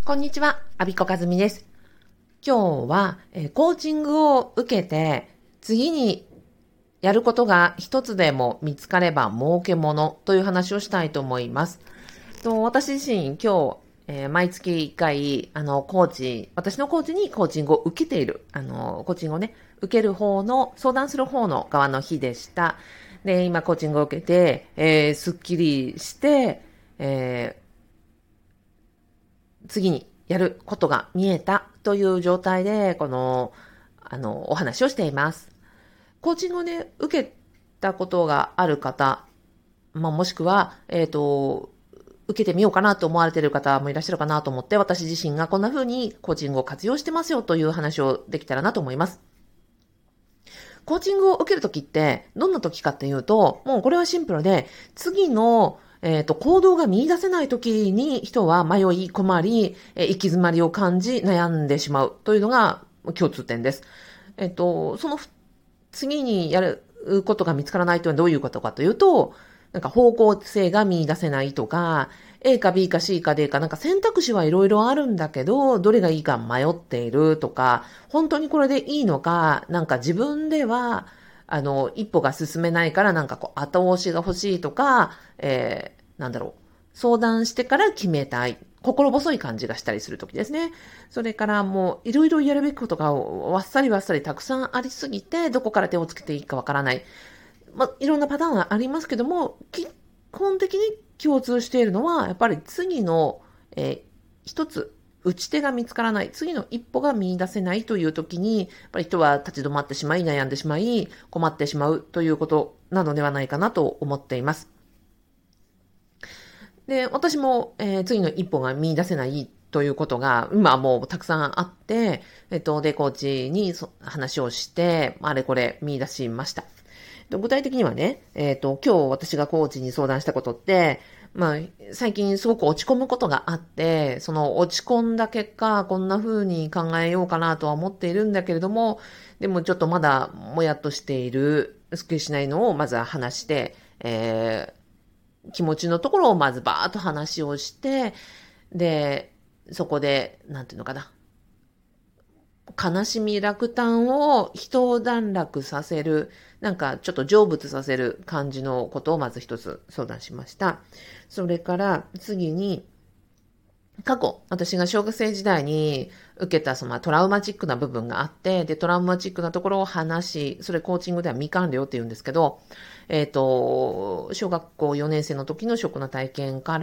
こんにちは、アビコカズミです。今日は、コーチングを受けて、次にやることが一つでも見つかれば儲けものという話をしたいと思います。私自身今日、毎月1回、私のコーチにコーチングを受けている、コーチングをね、受ける方の、相談する方の側の日でした。で、今コーチングを受けて、すっきりして、次にやることが見えたという状態で、お話をしています。コーチングをね、受けたことがある方、もしくは、受けてみようかなと思われている方もいらっしゃるかなと思って、私自身がこんな風にコーチングを活用してますよという話をできたらなと思います。コーチングを受けるときって、どんなときかっていうと、もうこれはシンプルで、次の行動が見出せないときに人は迷い困り、行き詰まりを感じ悩んでしまうというのが共通点です。その次にやることが見つからないというのはどういうことかというと、なんか方向性が見出せないとか、A か B か C か D かなんか選択肢はいろいろあるんだけど、どれがいいか迷っているとか、本当にこれでいいのか、なんか自分では、一歩が進めないからなんか後押しが欲しいとか、相談してから決めたい。心細い感じがしたりするときですね。それからもういろいろやるべきことがわっさりたくさんありすぎて、どこから手をつけていいかわからない。いろんなパターンはありますけども、基本的に共通しているのは、やっぱり次の、一つ、打ち手が見つからない、次の一歩が見出せないという時に、やっぱり人は立ち止まってしまい、悩んでしまい、困ってしまうということなのではないかなと思っています。で、私も、次の一歩が見出せないということが、今はもうたくさんあって、で、コーチに話をして、あれこれ見出しました。具体的にはね、今日私がコーチに相談したことって、最近すごく落ち込むことがあって、その落ち込んだ結果、こんな風に考えようかなとは思っているんだけれども、でもちょっとまだもやっとしている、すっきりしないのをまずは話して、気持ちのところをまずバーッと話をして、で、そこで、なんていうのかな。悲しみ、落胆を一段落させる、なんかちょっと成仏させる感じのことをまず一つ相談しました。それから次に、過去、私が小学生時代に受けたそのトラウマチックな部分があって、で、トラウマチックなところを話し、それコーチングでは未完了って言うんですけど、小学校4年生の時のショックな体験から、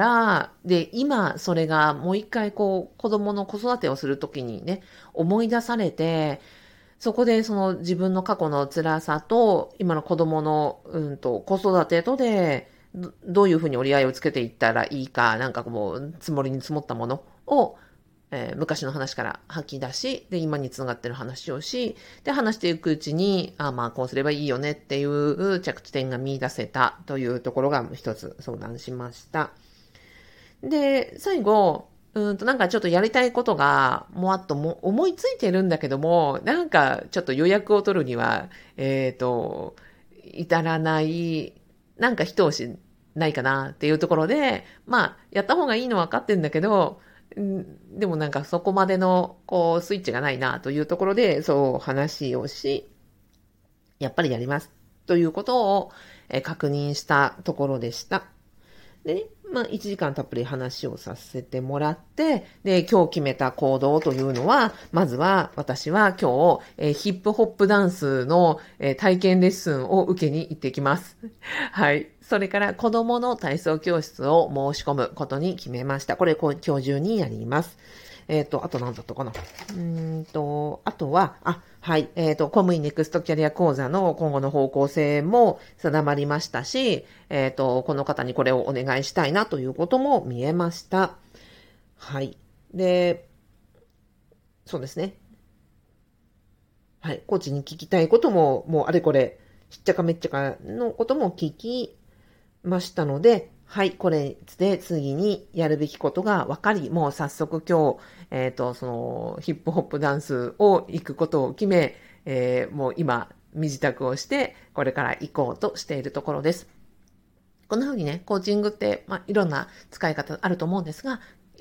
で、今それがもう一回子供の子育てをする時にね、思い出されて、そこでその自分の過去の辛さと、今の子供の、子育てとで、どういうふうに折り合いをつけていったらいいか、なんかもう積もりに積もったものを、昔の話から吐き出し、で、今につながってる話をし、で、話していくうちに、こうすればいいよねっていう着地点が見出せたというところが一つ相談しました。で、最後、なんかちょっとやりたいことが、も思いついてるんだけども、なんかちょっと予約を取るには、至らない、なんか一押しないかなっていうところで、やった方がいいのは分かってんだけど、でもなんかそこまでの、スイッチがないなというところで、そう話をし、やっぱりやります。ということを、確認したところでした。でね、1時間たっぷり話をさせてもらって、で、今日決めた行動というのは、まずは私は今日、ヒップホップダンスの、体験レッスンを受けに行ってきます。はい。それから子供の体操教室を申し込むことに決めました。これ今日中にやります。あと何だったかな。あとは、はい、公務員ネクストキャリア講座の今後の方向性も定まりましたし、この方にこれをお願いしたいなということも見えました。はい。で、そうですね。はい、コーチに聞きたいことも、もうあれこれ、しっちゃかめっちゃかのことも聞きましたので、はい、これで次にやるべきことが分かり、もう早速今日、そのヒップホップダンスを行くことを決め、もう今、身支度をして、これから行こうとしているところです。こんな風にね、コーチングって、いろんな使い方あると思うんですが、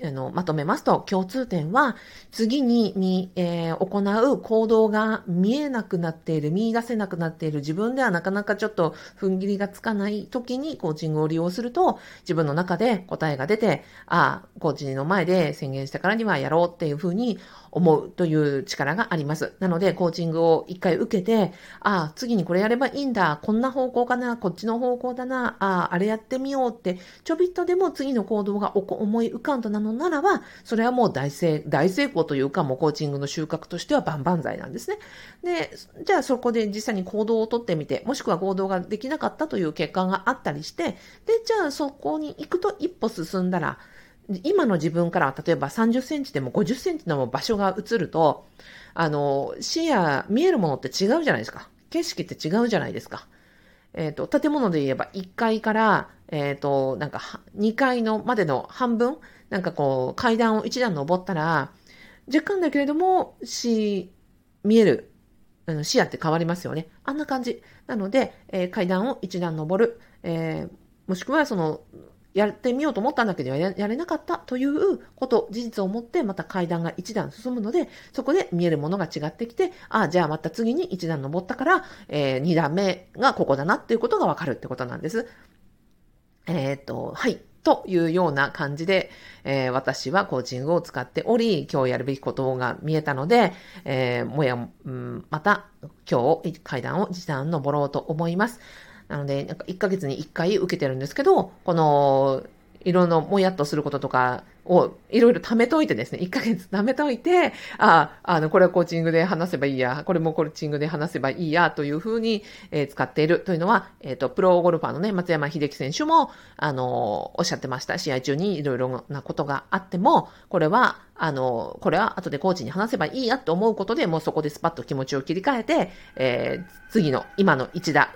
まとめますと、共通点は、次に行う行動が見えなくなっている、見出せなくなっている、自分ではなかなかちょっと踏ん切りがつかない時にコーチングを利用すると、自分の中で答えが出て、コーチの前で宣言したからにはやろうっていうふうに思うという力があります。なので、コーチングを一回受けて、次にこれやればいいんだ、こんな方向かな、こっちの方向だな、あれやってみようって、ちょびっとでも次の行動が思い浮かんだのならば、それはもう大成功というか、もうコーチングの収穫としては万々歳なんですね。で、じゃあそこで実際に行動をとってみて、もしくは行動ができなかったという結果があったりして、で、じゃあそこに行くと一歩進んだら、今の自分から例えば30センチでも50センチでも場所が映ると、視野、見えるものって違うじゃないですか。景色って違うじゃないですか。建物で言えば1階から、なんか2階のまでの半分、なんかこう階段を1段登ったら、若干だけれども、見える、視野って変わりますよね。あんな感じ。なので、階段を1段登る、もしくはやってみようと思ったんだけどやれなかったということ、事実を持ってまた階段が一段進むので、そこで見えるものが違ってきて、じゃあまた次に一段登ったから、二段目がここだなっていうことがわかるってことなんです。はい。というような感じで、私はコーチングを使っており、今日やるべきことが見えたので、また今日階段を一段登ろうと思います。なので、なんか1ヶ月に1回受けてるんですけど、いろいろもやっとすることとかをいろいろ貯めといてですね、1ヶ月貯めといて、これはコーチングで話せばいいや、これもコーチングで話せばいいや、というふうに、使っているというのは、プロゴルファーのね、松山英樹選手も、おっしゃってました。試合中にいろいろなことがあっても、これは後でコーチに話せばいいやと思うことで、もうそこでスパッと気持ちを切り替えて、今の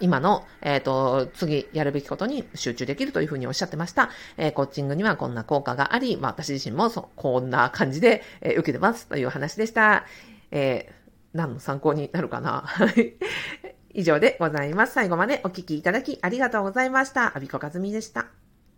次やるべきことに集中できるというふうにおっしゃってました。コーチングにはこんな効果があり、私自身もこんな感じで、受けてますという話でした。何の参考になるかな以上でございます。最後までお聞きいただきありがとうございました。阿比子和美でした。